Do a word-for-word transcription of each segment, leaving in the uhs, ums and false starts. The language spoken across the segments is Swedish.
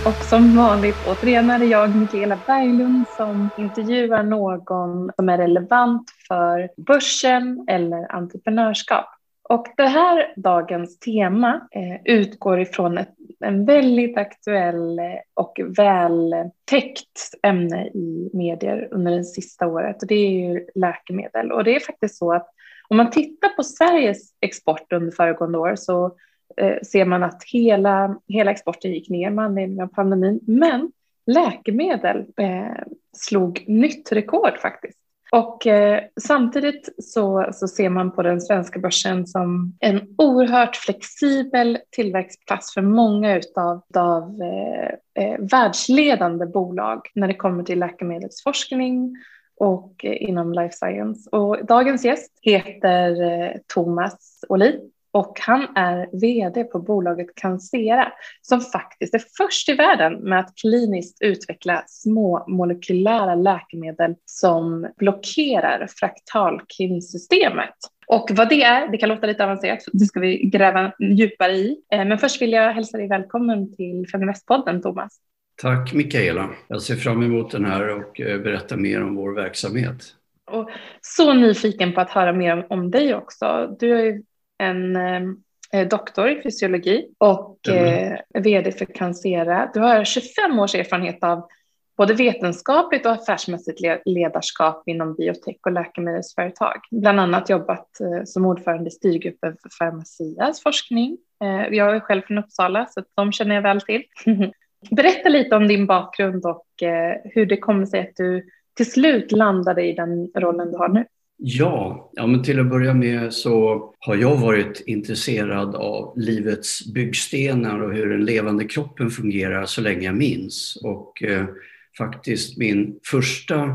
Och som vanligt återigen är det jag, Mikaela Berglund, som intervjuar någon som är relevant för börsen eller entreprenörskap. Och det här dagens tema eh, utgår ifrån ett, en väldigt aktuell och vältäckt ämne i medier under det sista året. Och det är ju läkemedel. Och det är faktiskt så att om man tittar på Sveriges export under föregående år så eh, ser man att hela, hela exporten gick ner med anledning av pandemin. Men läkemedel eh, slog nytt rekord faktiskt. Och eh, samtidigt så, så ser man på den svenska börsen som en oerhört flexibel tillväxtplats för många utav, utav eh, eh, världsledande bolag när det kommer till läkemedelsforskning och eh, inom life science. Och dagens gäst heter eh, Thomas Olin. Och han är vd på bolaget Cancera som faktiskt är först i världen med att kliniskt utveckla små molekylära läkemedel som blockerar fraktalkrinsystemet. Och vad det är, det kan låta lite avancerat, det ska vi gräva djupare i. Men först vill jag hälsa dig välkommen till Feminvestpodden, Thomas. Tack Mikaela, jag ser fram emot den här och berätta mer om vår verksamhet. Och så nyfiken på att höra mer om, om dig också. Du är ju en eh, doktor i fysiologi och eh, vd för Cancera. Du har tjugofem års erfarenhet av både vetenskapligt och affärsmässigt ledarskap inom biotech och läkemedelsföretag. Bland annat jobbat eh, som ordförande i styrgruppen för Pharmacias forskning. Eh, jag är själv från Uppsala så de känner jag väl till. Berätta lite om din bakgrund och eh, hur det kommer sig att du till slut landade i den rollen du har nu. Ja, ja, men till att börja med så har jag varit intresserad av livets byggstenar och hur den levande kroppen fungerar så länge jag minns. Och eh, faktiskt min första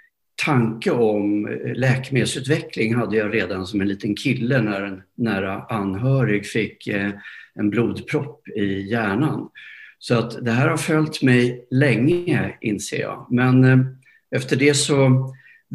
tanke om läkemedelsutveckling hade jag redan som en liten kille när en nära anhörig fick eh, en blodpropp i hjärnan. Så att det här har följt mig länge, inser jag. Men eh, efter det så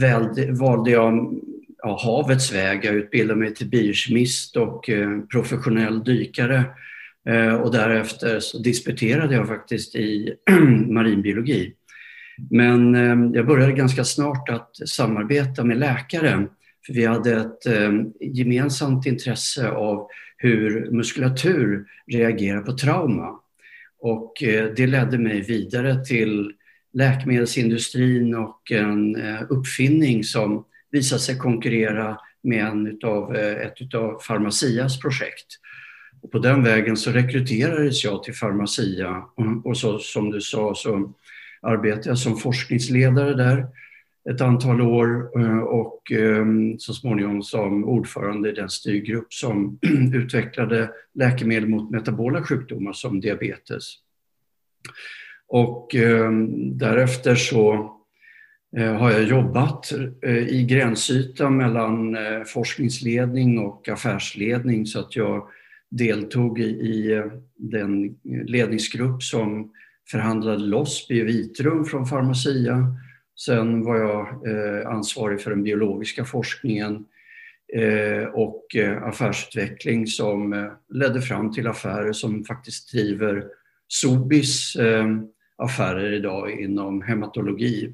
valde jag ja, havets väg. Jag utbildade mig till biokemist och eh, professionell dykare. Eh, och därefter så disputerade jag faktiskt i marinbiologi. Men eh, jag började ganska snart att samarbeta med läkare. För vi hade ett eh, gemensamt intresse av hur muskulatur reagerar på trauma. Och eh, det ledde mig vidare till läkemedelsindustrin och en uppfinning som visade sig konkurrera med en utav, ett utav Pharmacias projekt. Och på den vägen så rekryterades jag till Pharmacia och så, som du sa så arbetade jag som forskningsledare där ett antal år och så småningom som ordförande i den styrgrupp som utvecklade läkemedel mot metabola sjukdomar som diabetes. Och eh, därefter så eh, har jag jobbat eh, i gränsytan mellan eh, forskningsledning och affärsledning så att jag deltog i, i den ledningsgrupp som förhandlade loss Biovitrum från Pharmacia. Sen var jag eh, ansvarig för den biologiska forskningen eh, och eh, affärsutveckling som eh, ledde fram till affärer som faktiskt driver Sobis eh, affärer idag inom hematologi.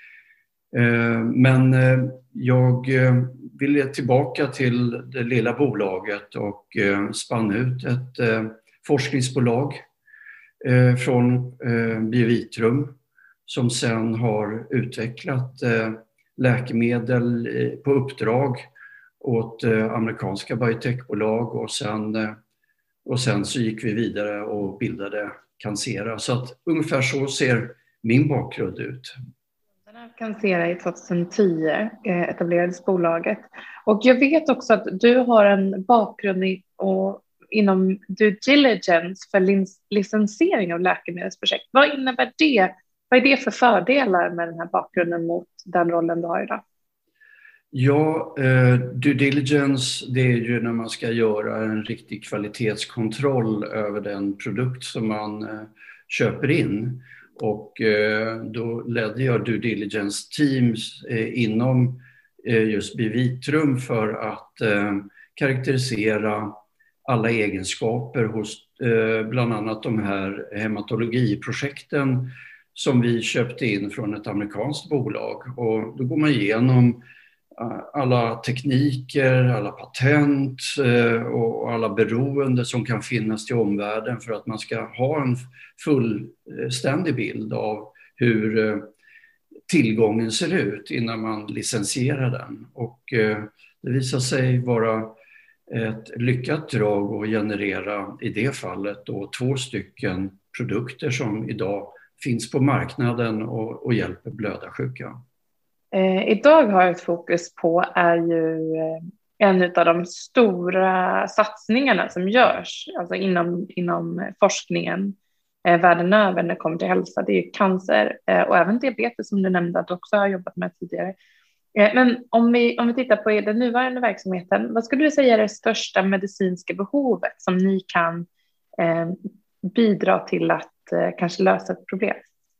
Eh, men eh, jag eh, ville tillbaka till det lilla bolaget och eh, spann ut ett eh, forskningsbolag eh, från eh, Biovitrum som sen har utvecklat eh, läkemedel eh, på uppdrag åt eh, amerikanska biotechbolag och sen, eh, och sen så gick vi vidare och bildade Cancera. Så att ungefär så ser min bakgrund ut. Cancera i tjugohundratio etablerades bolaget. Och jag vet också att du har en bakgrund i, och, inom due diligence för licensiering av läkemedelsprojekt. Vad innebär det? Vad är det för fördelar med den här bakgrunden mot den rollen du har idag? Ja, eh, due diligence det är ju när man ska göra en riktig kvalitetskontroll över den produkt som man eh, köper in. Och eh, då ledde jag due diligence teams eh, inom eh, just Biovitrum för att eh, karaktärisera alla egenskaper hos bland annat de här hematologiprojekten som vi köpte in från ett amerikanskt bolag. Och då går man igenom alla tekniker, alla patent och alla beroende som kan finnas till omvärlden för att man ska ha en fullständig bild av hur tillgången ser ut innan man licensierar den. Och det visar sig vara ett lyckat drag att generera i det fallet då två stycken produkter som idag finns på marknaden och, och hjälper blödarsjuka. Eh, idag har ett fokus på är ju en av de stora satsningarna som görs alltså inom, inom forskningen eh, världen över när det kommer till hälsa. Det är ju cancer eh, och även diabetes som du nämnde att du också har jobbat med tidigare. Eh, men om vi, om vi tittar på den nuvarande verksamheten, vad skulle du säga är det största medicinska behovet som ni kan eh, bidra till att eh, kanske lösa ett problem?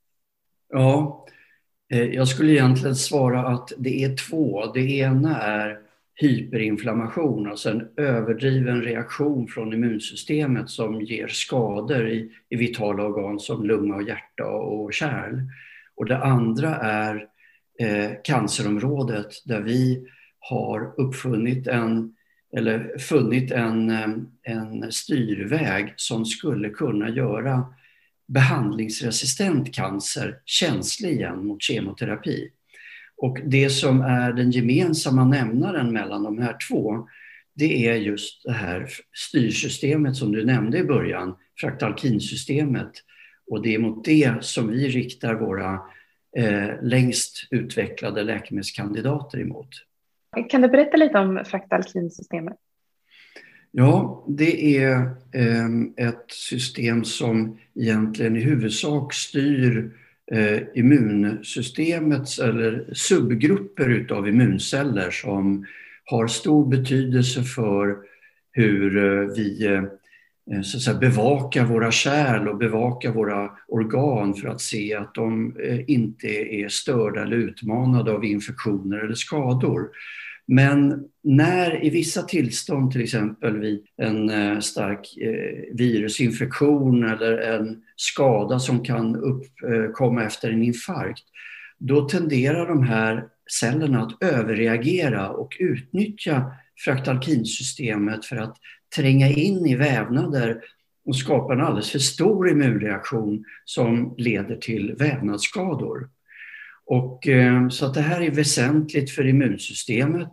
Ja, jag skulle egentligen svara att det är två. Det ena är hyperinflammation, alltså en överdriven reaktion från immunsystemet som ger skador i, i vitala organ som lunga och hjärta och kärl. Och det andra är eh, cancerområdet där vi har uppfunnit en, eller funnit en, en styrväg som skulle kunna göra behandlingsresistent cancer känslig igen mot kemoterapi. Och det som är den gemensamma nämnaren mellan de här två, det är just det här styrsystemet som du nämnde i början, fraktalkinsystemet. Och det är mot det som vi riktar våra eh, längst utvecklade läkemedelskandidater emot. Kan du berätta lite om fraktalkinsystemet? Ja, det är eh, ett system som egentligen i huvudsak styr eh, immunsystemets eller subgrupper utav immunceller som har stor betydelse för hur eh, vi eh, så att säga, bevakar våra kärl och bevakar våra organ för att se att de eh, inte är störda eller utmanade av infektioner eller skador. Men när i vissa tillstånd, till exempel vid en eh, stark eh, virusinfektion eller en skada som kan uppkomma eh, efter en infarkt, då tenderar de här cellerna att överreagera och utnyttja fraktalkinsystemet för att tränga in i vävnader och skapa en alldeles för stor immunreaktion som leder till vävnadsskador. Och, eh, så att det här är väsentligt för immunsystemet.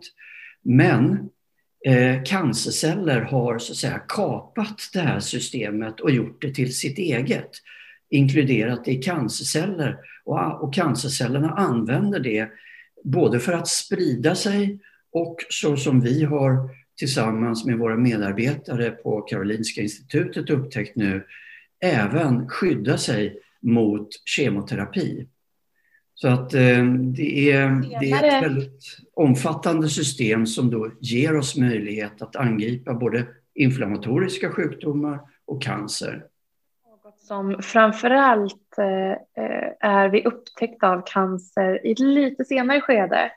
Men eh, cancerceller har så att säga kapat det här systemet och gjort det till sitt eget. Inkluderat i cancerceller. Och, och cancercellerna använder det både för att sprida sig och så som vi har tillsammans med våra medarbetare på Karolinska institutet upptäckt nu, även skydda sig mot kemoterapi. Så att eh, det, är, det är ett väldigt omfattande system som då ger oss möjlighet att angripa både inflammatoriska sjukdomar och cancer. Något som framförallt eh, är vid upptäckt av cancer i ett lite senare skede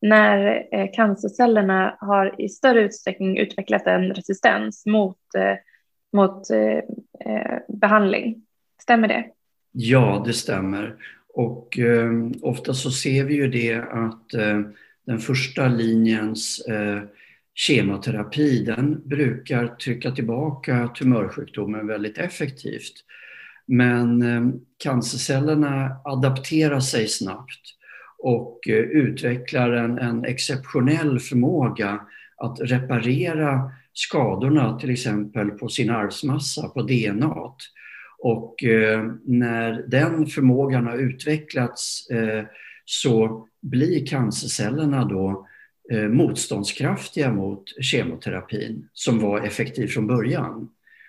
när eh, cancercellerna har i större utsträckning utvecklat en resistens mot, eh, mot eh, behandling. Stämmer det? Ja, det stämmer. Och eh, ofta så ser vi ju det att eh, den första linjens eh, kemoterapi, den brukar trycka tillbaka tumörsjukdomen väldigt effektivt. Men eh, cancercellerna adapterar sig snabbt och eh, utvecklar en, en exceptionell förmåga att reparera skadorna till exempel på sin arvsmassa, på D N A. Och eh, när den förmågan har utvecklats eh, så blir cancercellerna då eh, motståndskraftiga mot kemoterapin som var effektiv från början.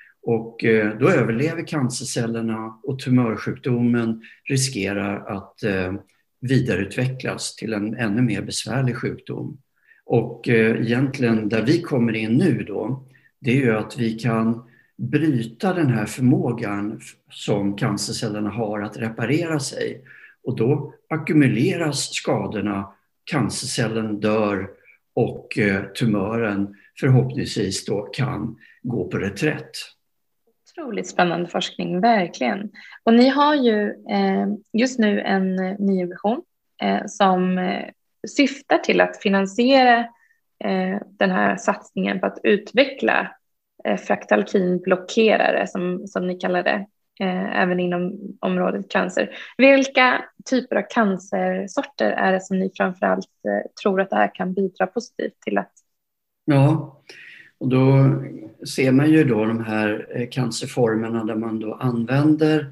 Och eh, då överlever cancercellerna och tumörsjukdomen riskerar att eh, vidareutvecklas till en ännu mer besvärlig sjukdom. Och eh, egentligen där vi kommer in nu då, det är ju att vi kan bryta den här förmågan som cancercellerna har att reparera sig. Och då ackumuleras skadorna, cancercellen dör och eh, tumören förhoppningsvis då kan gå på reträtt. Otroligt spännande forskning, verkligen. Och ni har ju eh, just nu en nyemission eh, som eh, syftar till att finansiera eh, den här satsningen på att utveckla eh, fraktalkinblockerare, som, som ni kallar det, eh, även inom området cancer. Vilka typer av cancersorter är det som ni framförallt eh, tror att det här kan bidra positivt till att... Ja, och då ser man ju då de här cancerformerna där man då använder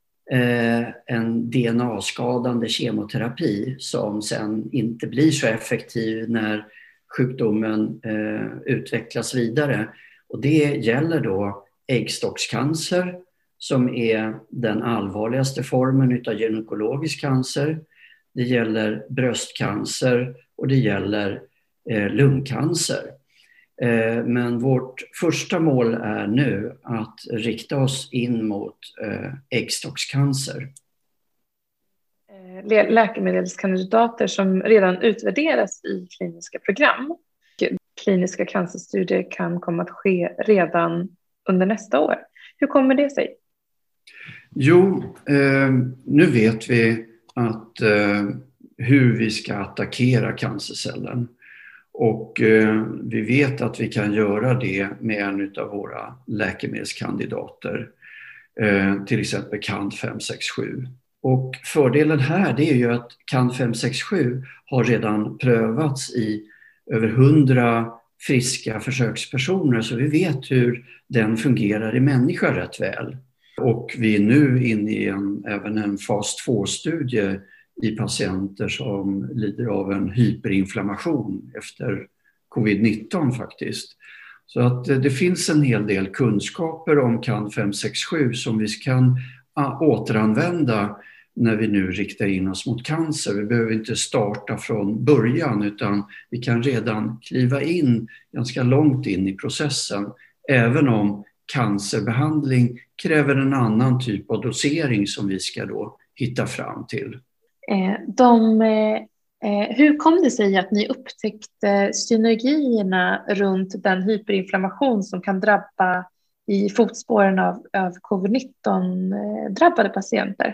en D N A-skadande kemoterapi som sen inte blir så effektiv när sjukdomen utvecklas vidare. Och det gäller då äggstockscancer som är den allvarligaste formen av gynekologisk cancer. Det gäller bröstcancer och det gäller lungcancer. Men vårt första mål är nu att rikta oss in mot äggstockscancer. Läkemedelskandidater som redan utvärderas i kliniska program. Kliniska cancerstudier kan komma att ske redan under nästa år. Hur kommer det sig? Jo, eh, nu vet vi att eh, hur vi ska attackera cancercellen. Och eh, vi vet att vi kan göra det med en av våra läkemedelskandidater, eh, till exempel C A N fem sex sju. Och fördelen här det är ju att C A N fem sex sju har redan prövats i över hundra friska försökspersoner, så vi vet hur den fungerar i människor rätt väl. Och vi är nu inne i en, även en fas två-studie i patienter som lider av en hyperinflammation efter covid nitton faktiskt. Så att det finns en hel del kunskaper om C A N fem sex sju som vi kan återanvända när vi nu riktar in oss mot cancer. Vi behöver inte starta från början utan vi kan redan kliva in ganska långt in i processen. Även om cancerbehandling kräver en annan typ av dosering som vi ska då hitta fram till. De, hur kom det sig att ni upptäckte synergierna runt den hyperinflammation som kan drabba i fotspåren av, av covid nitton-drabbade patienter?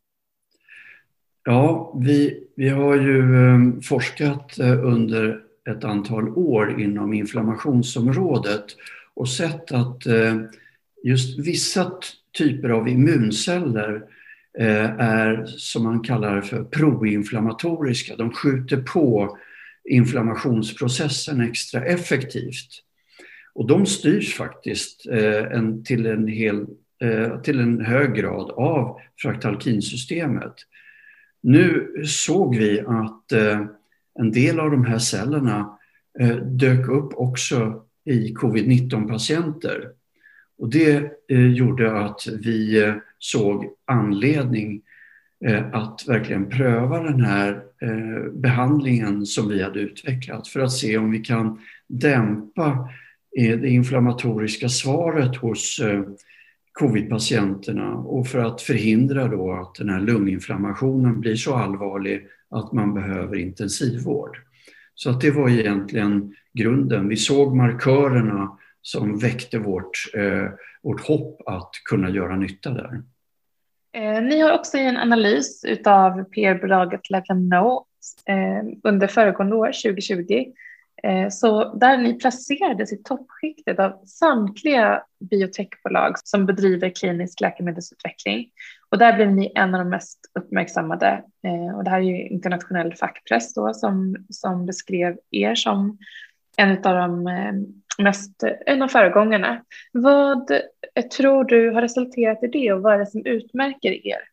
Ja, vi, vi har ju forskat under ett antal år inom inflammationsområdet och sett att just vissa typer av immunceller är som man kallar för proinflammatoriska. De skjuter på inflammationsprocessen extra effektivt. Och de styrs faktiskt en, till, en hel, till en hög grad av fraktalkinsystemet. Nu såg vi att en del av de här cellerna dök upp också i covid nitton-patienter. Och det gjorde att vi såg anledning att verkligen pröva den här behandlingen som vi hade utvecklat för att se om vi kan dämpa det inflammatoriska svaret hos covid-patienterna och för att förhindra då att den här lunginflammationen blir så allvarlig att man behöver intensivvård. Så att det var egentligen grunden. Vi såg markörerna som väckte vårt, eh, vårt hopp att kunna göra nytta där. Eh, ni har också en analys utav P R-bolaget Levano eh, under föregående år, tjugo tjugo. Eh, så där ni placerades i toppskiktet av samtliga biotechbolag som bedriver klinisk läkemedelsutveckling. Och där blev ni en av de mest uppmärksammade. Eh, och det här är ju internationell fackpress då, som, som beskrev er som en av de eh, mest, en av föregångarna. Vad tror du har resulterat i det och vad är det som utmärker er?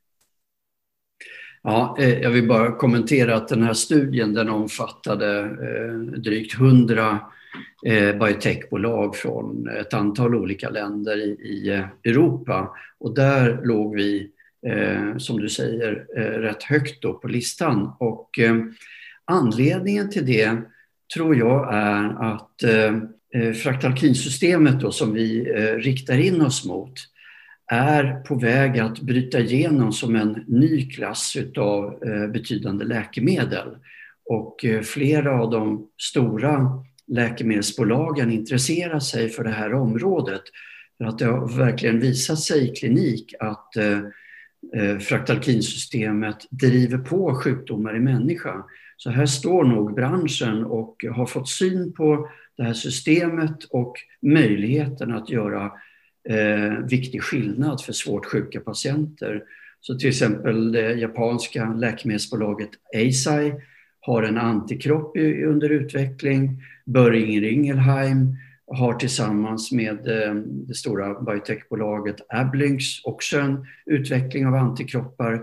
Ja, jag vill bara kommentera att den här studien den omfattade drygt hundra biotechbolag från ett antal olika länder i Europa. Och där låg vi, som du säger, rätt högt då på listan. Och anledningen till det tror jag är att fraktalkinsystemet då, som vi riktar in oss mot är på väg att bryta igenom som en ny klass av betydande läkemedel. Och flera av de stora läkemedelsbolagen intresserar sig för det här området För att det har verkligen visat sig i klinik att eh, fraktalkinsystemet driver på sjukdomar i människa. Så här står nog branschen och har fått syn på det här systemet och möjligheten att göra eh, viktig skillnad för svårt sjuka patienter. Så till exempel det japanska läkemedelsbolaget Eisai har en antikropp under utveckling. Boehringer Ingelheim har tillsammans med det stora biotechbolaget Ablynx också en utveckling av antikroppar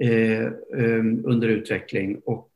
under utveckling. Och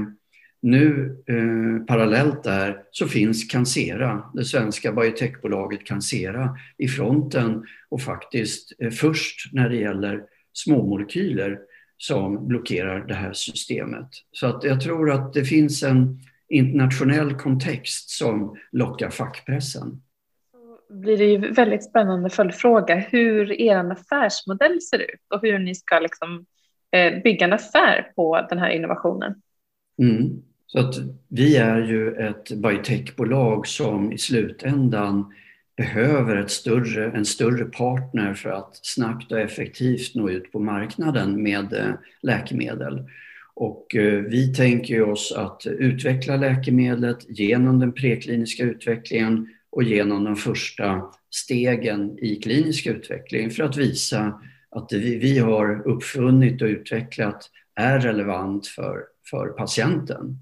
nu parallellt där så finns Cancera, det svenska biotechbolaget Cancera, i fronten och faktiskt först när det gäller småmolekyler som blockerar det här systemet. Så att jag tror att det finns en internationell kontext som lockar fackpressen. Så blir det ju väldigt spännande följdfråga hur er affärsmodell ser ut och hur ni ska liksom bygga en affär på den här innovationen. Mm. Så att vi är ju ett biotechbolag som i slutändan behöver ett större, en större partner för att snabbt och effektivt nå ut på marknaden med läkemedel. Och vi tänker oss att utveckla läkemedlet genom den prekliniska utvecklingen och genom de första stegen i klinisk utveckling för att visa att det vi har uppfunnit och utvecklat är relevant för, för patienten.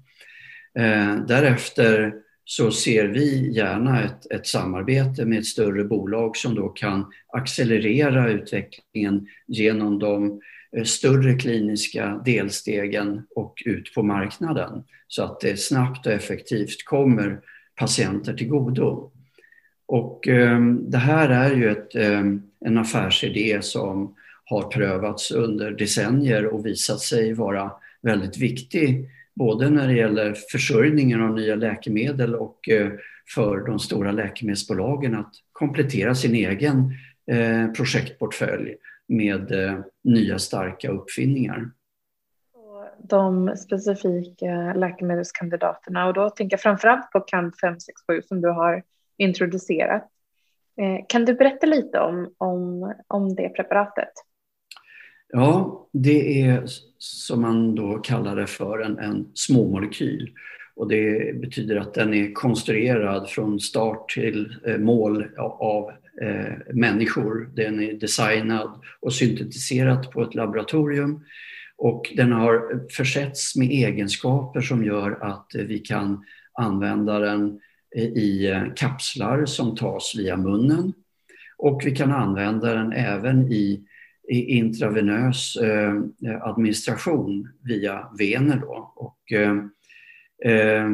Därefter så ser vi gärna ett, ett samarbete med ett större bolag som då kan accelerera utvecklingen genom de större kliniska delstegen och ut på marknaden så att det snabbt och effektivt kommer patienter till godo. Och eh, det här är ju ett, eh, en affärsidé som har prövats under decennier och visat sig vara väldigt viktig både när det gäller försörjningen av nya läkemedel och eh, för de stora läkemedelsbolagen att komplettera sin egen eh, projektportfölj med eh, nya starka uppfinningar. De specifika läkemedelskandidaterna, och då tänker jag framförallt på C A N fem sex sju som du har introducerat. Eh, kan du berätta lite om, om, om det preparatet? Ja, det är som man då kallar det för en, en småmolekyl. Och det betyder att den är konstruerad från start till eh, mål av eh, människor. Den är designad och syntetiserad på ett laboratorium. Och den har försetts med egenskaper som gör att vi kan använda den i kapslar som tas via munnen. Och vi kan använda den även i, i intravenös eh, administration via vener då. Och, eh, eh,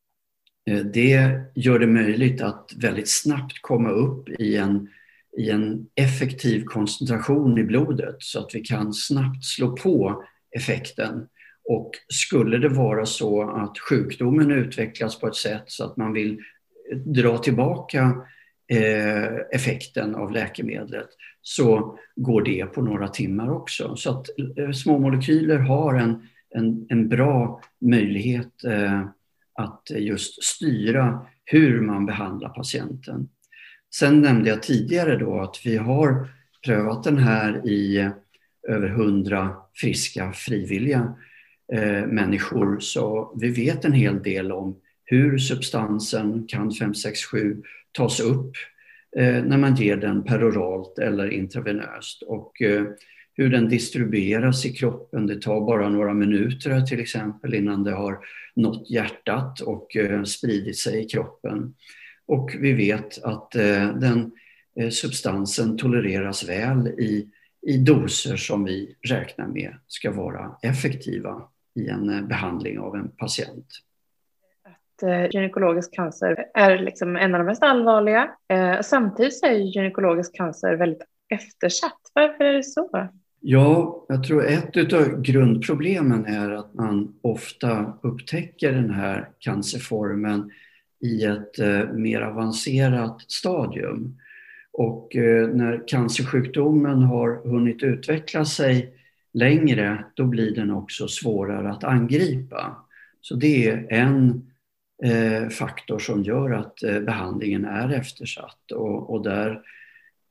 det gör det möjligt att väldigt snabbt komma upp i en, i en effektiv koncentration i blodet så att vi kan snabbt slå på effekten. Och skulle det vara så att sjukdomen utvecklas på ett sätt så att man vill dra tillbaka eh, effekten av läkemedlet så går det på några timmar också. Så att eh, små molekyler har en, en, en bra möjlighet eh, att just styra hur man behandlar patienten. Sen nämnde jag tidigare då att vi har prövat den här i över hundra friska frivilliga eh, människor, så vi vet en hel del om hur substansen C A N fem sex sju tas upp eh, när man ger den peroralt eller intravenöst och eh, hur den distribueras i kroppen. Det tar bara några minuter till exempel innan det har nått hjärtat och eh, spridit sig i kroppen. Och vi vet att eh, den eh, substansen tolereras väl i i doser som vi räknar med ska vara effektiva i en behandling av en patient. Att eh, gynekologisk cancer är liksom en av de mest allvarliga. Eh, samtidigt är gynekologisk cancer väldigt eftersatt. Varför är det så? Ja, jag tror ett av grundproblemen är att man ofta upptäcker den här cancerformen i ett eh, mer avancerat stadium. Och när cancersjukdomen har hunnit utveckla sig längre, då blir den också svårare att angripa. Så det är en eh, faktor som gör att eh, behandlingen är eftersatt. Och, och där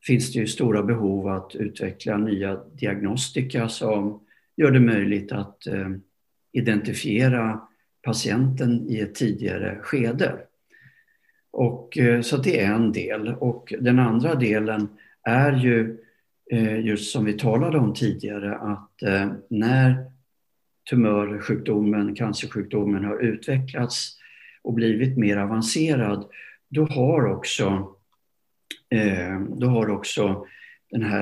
finns det ju stora behov att utveckla nya diagnostika som gör det möjligt att eh, identifiera patienten i ett tidigare skede. Och, eh, så det är en del. Och den andra delen är ju eh, just som vi talade om tidigare, att eh, när tumörsjukdomen, cancersjukdomen har utvecklats och blivit mer avancerad, då har också, eh, då har också den här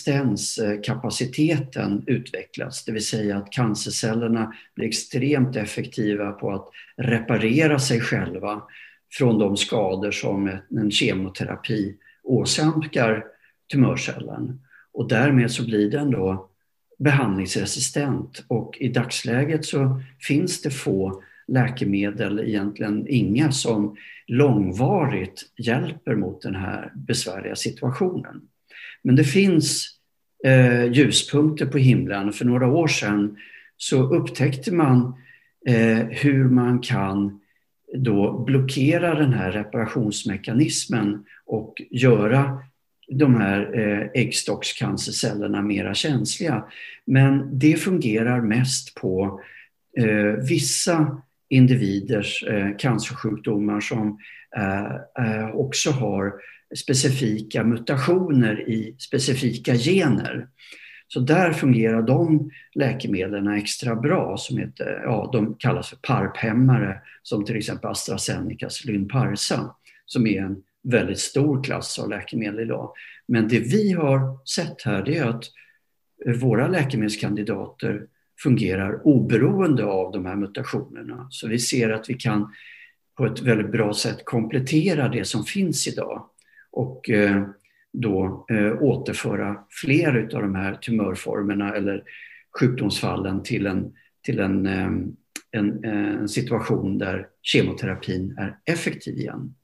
resistenskapaciteten utvecklats. Det vill säga att cancercellerna blir extremt effektiva på att reparera sig själva från de skador som en kemoterapi åsamkar tumörcellen. Och därmed så blir den då behandlingsresistent, och i dagsläget så finns det få läkemedel, egentligen inga, som långvarigt hjälper mot den här besvärliga situationen. Men det finns eh, ljuspunkter på himlen. För några år sedan så upptäckte man eh, hur man kan då blockera den här reparationsmekanismen och göra de här eh, äggstockscancercellerna mera känsliga. Men det fungerar mest på eh, vissa individers eh, cancersjukdomar som eh, eh, också har specifika mutationer i specifika gener. Så där fungerar de läkemedlen extra bra, som heter, ja, de kallas för PARP-hämmare, som till exempel AstraZenecas Lynparza, som är en väldigt stor klass av läkemedel idag. Men det vi har sett här, det är att våra läkemedelskandidater fungerar oberoende av de här mutationerna. Så vi ser att vi kan på ett väldigt bra sätt komplettera det som finns idag och eh, då eh, återföra fler av de här tumörformerna eller sjukdomsfallen till en, till en, eh, en, en situation där kemoterapin är effektiv igen.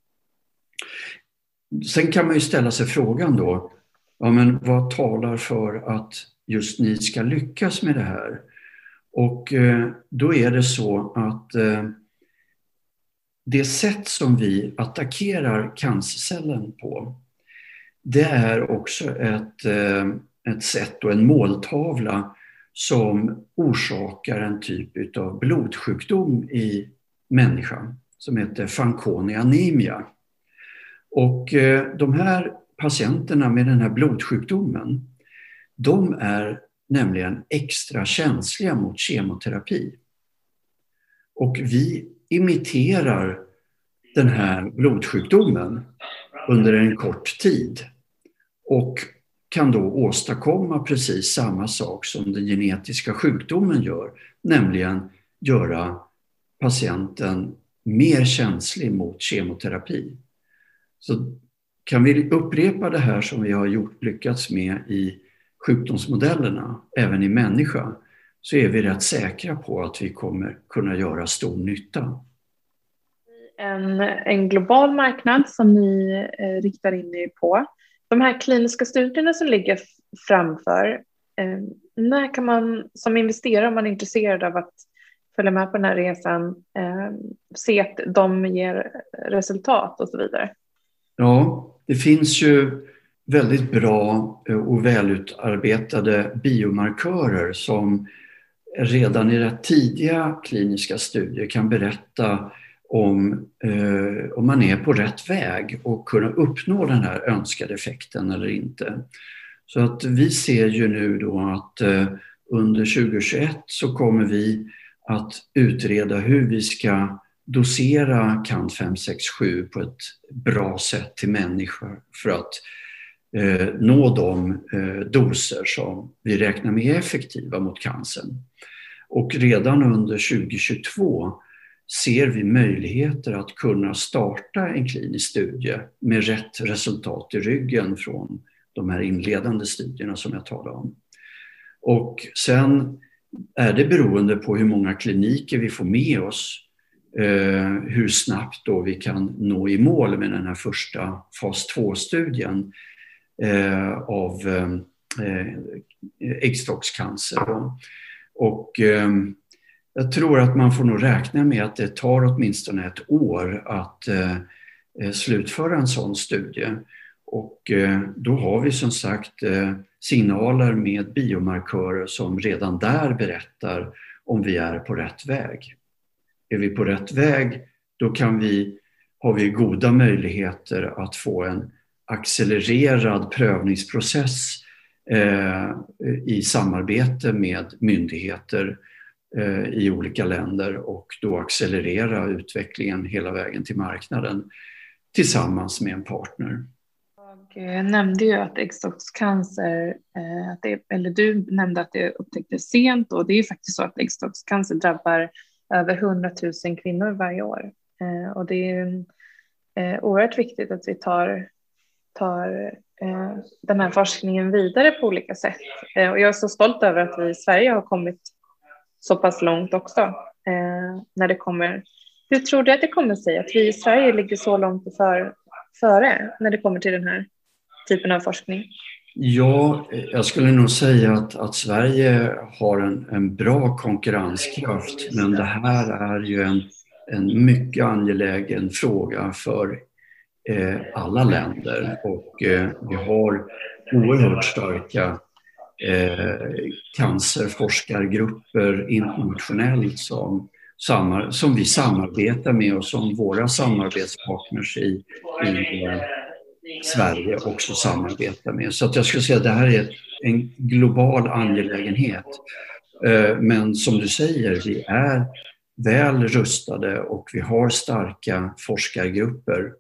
Sen kan man ju ställa sig frågan då, ja, men vad talar för att just ni ska lyckas med det här? Och eh, då är det så att eh, det sätt som vi attackerar cancercellen på, det är också ett, eh, ett sätt och en måltavla som orsakar en typ av blodsjukdom i människan som heter Fanconi anemia. Och eh, de här patienterna med den här blodsjukdomen, de är nämligen extra känsliga mot kemoterapi. Och vi imiterar den här blodsjukdomen under en kort tid och kan då åstadkomma precis samma sak som den genetiska sjukdomen gör, nämligen göra patienten mer känslig mot kemoterapi. Så kan vi upprepa det här som vi har gjort, lyckats med i sjukdomsmodellerna, även i människa, så är vi rätt säkra på att vi kommer kunna göra stor nytta. En, en global marknad som ni eh, riktar in er på. De här kliniska studierna som ligger framför, eh, när kan man som investerare, om man är intresserad av att följa med på den här resan, eh, se att de ger resultat och så vidare? Ja, det finns ju väldigt bra och välutarbetade biomarkörer som redan i rätt tidiga kliniska studier kan berätta om, eh, om man är på rätt väg och kunna uppnå den här önskade effekten eller inte. Så att vi ser ju nu då att eh, under tjugohundratjugoett så kommer vi att utreda hur vi ska dosera CAN fem sex sju på ett bra sätt till människor för att eh, nå de eh, doser som vi räknar med är effektiva mot cancern. Och redan under tjugohundratjugotvå ser vi möjligheter att kunna starta en klinisk studie med rätt resultat i ryggen från de här inledande studierna som jag talade om. Och sen är det beroende på hur många kliniker vi får med oss, eh, hur snabbt då vi kan nå i mål med den här första fas två-studien eh, av eh, äggstockscancer. Och eh, jag tror att man får nog räkna med att det tar åtminstone ett år att eh, slutföra en sån studie. Och då har vi som sagt signaler med biomarkörer som redan där berättar om vi är på rätt väg. Är vi på rätt väg, då kan vi, har vi goda möjligheter att få en accelererad prövningsprocess eh, i samarbete med myndigheter eh, i olika länder och då accelerera utvecklingen hela vägen till marknaden tillsammans med en partner. Jag nämnde ju att äggstockscancer, eh, att det, eller du nämnde att det upptäcktes sent, och det är ju faktiskt så att äggstockscancer drabbar över hundratusen kvinnor varje år. Eh, och det är eh, oerhört viktigt att vi tar, tar eh, den här forskningen vidare på olika sätt. Eh, och jag är så stolt över att vi i Sverige har kommit så pass långt också. Eh, när det kommer, hur tror du att det kommer sig att vi i Sverige ligger så långt för, före när det kommer till den här typen av forskning? Ja, jag skulle nog säga att, att Sverige har en, en bra konkurrenskraft, men det här är ju en, en mycket angelägen fråga för eh, alla länder, och eh, vi har oerhört starka eh, cancerforskargrupper internationellt som, samar, som vi samarbetar med och som våra samarbetspartners i, i eh, Sverige också samarbetar med. Så att jag skulle säga att det här är en global angelägenhet. Men som du säger, vi är väl rustade och vi har starka forskargrupper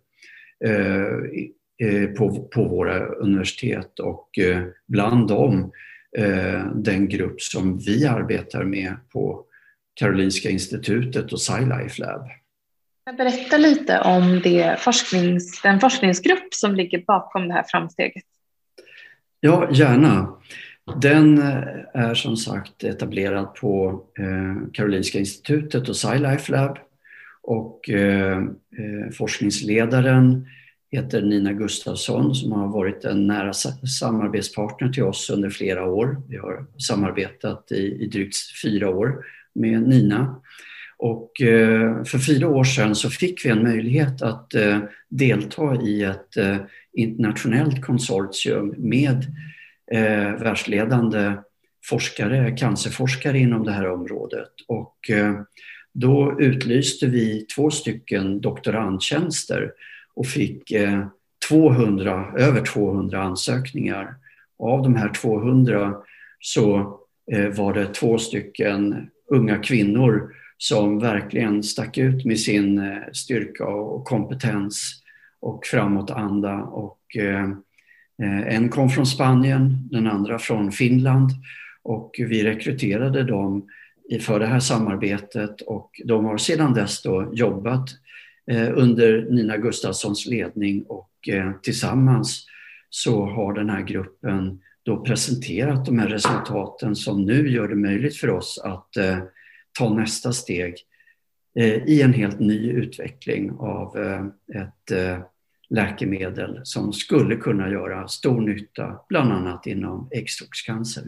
på, på våra universitet, och bland dem den grupp som vi arbetar med på Karolinska institutet och SciLife Lab. Berätta lite om det forsknings, den forskningsgrupp som ligger bakom det här framsteget. Ja, gärna. Den är som sagt etablerad på eh, Karolinska institutet och SciLife Lab, och eh, forskningsledaren heter Nina Gustafsson, som har varit en nära samarbetspartner till oss under flera år. Vi har samarbetat i, i drygt fyra år med Nina. Och för fyra år sedan så fick vi en möjlighet att delta i ett internationellt konsortium med världsledande forskare, cancerforskare inom det här området. Och då utlyste vi två stycken doktorandtjänster och fick tvåhundra, över tvåhundra ansökningar. Och av de här tvåhundra så var det två stycken unga kvinnor som verkligen stack ut med sin styrka och kompetens och framåtanda. Och eh, en kom från Spanien, den andra från Finland, och vi rekryterade dem för det här samarbetet, och de har sedan dess då jobbat eh, under Nina Gustafssons ledning, och eh, tillsammans så har den här gruppen då presenterat de här resultaten som nu gör det möjligt för oss att eh, ta nästa steg eh, i en helt ny utveckling av eh, ett eh, läkemedel som skulle kunna göra stor nytta, bland annat inom äggstockscancer.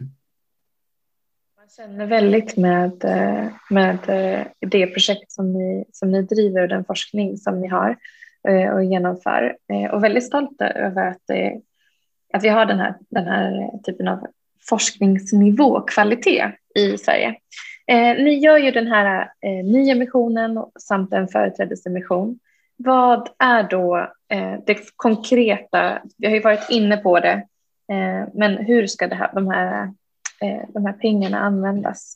Man känner väldigt med, med det projekt som ni, som ni driver och den forskning som ni har och genomför, och väldigt stolt över att, att vi har den här, den här typen av forskningsnivå och kvalitet i Sverige. Eh, ni gör ju den här eh, nyemissionen samt en företrädesemission. Vad är då eh, det konkreta? Vi har ju varit inne på det, eh, men hur ska det här, de, här, eh, de här pengarna användas?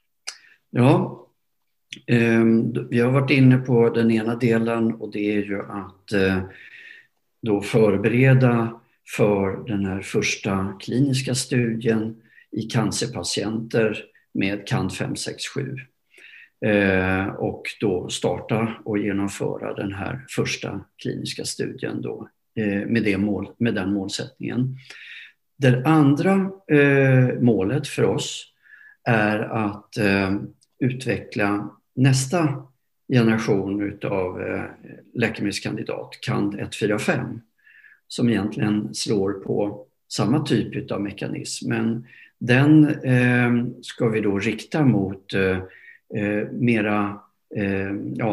Ja, eh, vi har varit inne på den ena delen, och det är ju att eh, då förbereda för den här första kliniska studien i cancerpatienter med C A N D fem sex sju. Eh, och då starta och genomföra den här första kliniska studien då, eh, med, det mål, med den målsättningen. Det andra eh, målet för oss är att eh, utveckla nästa generation av eh, läkemedelskandidat, C A N D ett fyra fem, som egentligen slår på samma typ av mekanism, men den eh, ska vi då rikta mot eh, mera eh, ja,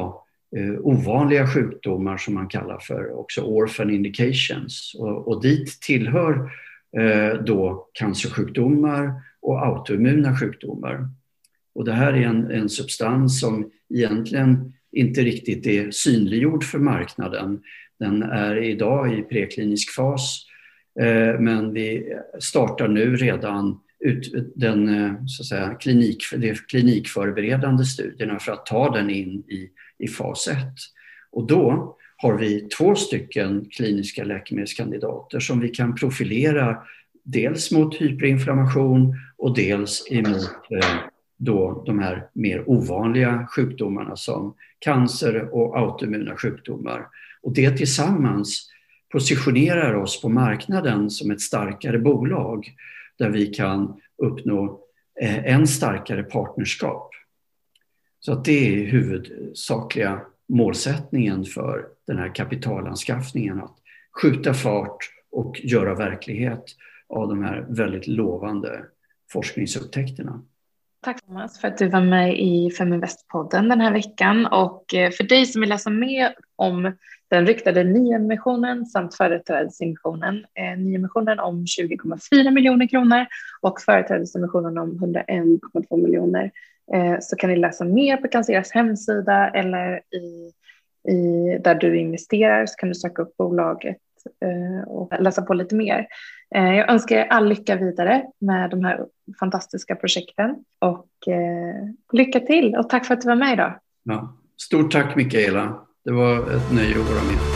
eh, ovanliga sjukdomar som man kallar för också orphan indications. Och, och dit tillhör eh, då cancersjukdomar och autoimmuna sjukdomar. Och det här är en, en substans som egentligen inte riktigt är synliggjord för marknaden. Den är idag i preklinisk fas, eh, men vi startar nu redan ut den så att säga, klinik, de klinikförberedande studierna för att ta den in i, i fas ett. Och då har vi två stycken kliniska läkemedelskandidater som vi kan profilera dels mot hyperinflammation och dels emot eh, då de här mer ovanliga sjukdomarna som cancer och autoimmuna sjukdomar. Och det tillsammans positionerar oss på marknaden som ett starkare bolag där vi kan uppnå en starkare partnerskap. Så att det är huvudsakliga målsättningen för den här kapitalanskaffningen, att skjuta fart och göra verklighet av de här väldigt lovande forskningsupptäckterna. Tack Thomas för att du var med i Feminvest-podden den här veckan, och för dig som vill läsa mer om den ryktade nyemissionen samt företrädesemissionen, eh, nyemissionen om tjugo komma fyra miljoner kronor och företrädesemissionen om hundraen komma två miljoner, eh, så kan ni läsa mer på Canceras hemsida eller i, i där du investerar, så kan du söka upp bolaget eh, och läsa på lite mer. Eh, jag önskar er all lycka vidare med de här fantastiska projekten och eh, lycka till, och tack för att du var med idag. Ja, stort tack Mikaela. Det var ett nöje att vara med.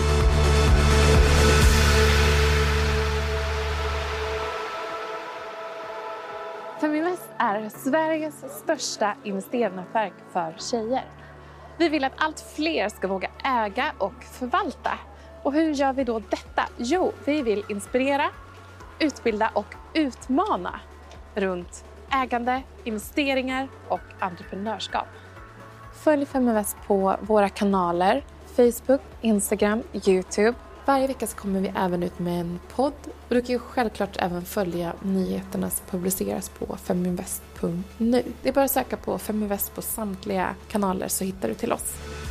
Feminvest är Sveriges största investeringsnätverk för tjejer. Vi vill att allt fler ska våga äga och förvalta. Och hur gör vi då detta? Jo, vi vill inspirera, utbilda och utmana runt ägande, investeringar och entreprenörskap. Följ Feminvest på våra kanaler Facebook, Instagram, YouTube. Varje vecka så kommer vi även ut med en podd. Och du kan ju självklart även följa nyheterna som publiceras på feminvest punkt nu. Det är bara att söka på Feminvest på samtliga kanaler så hittar du till oss.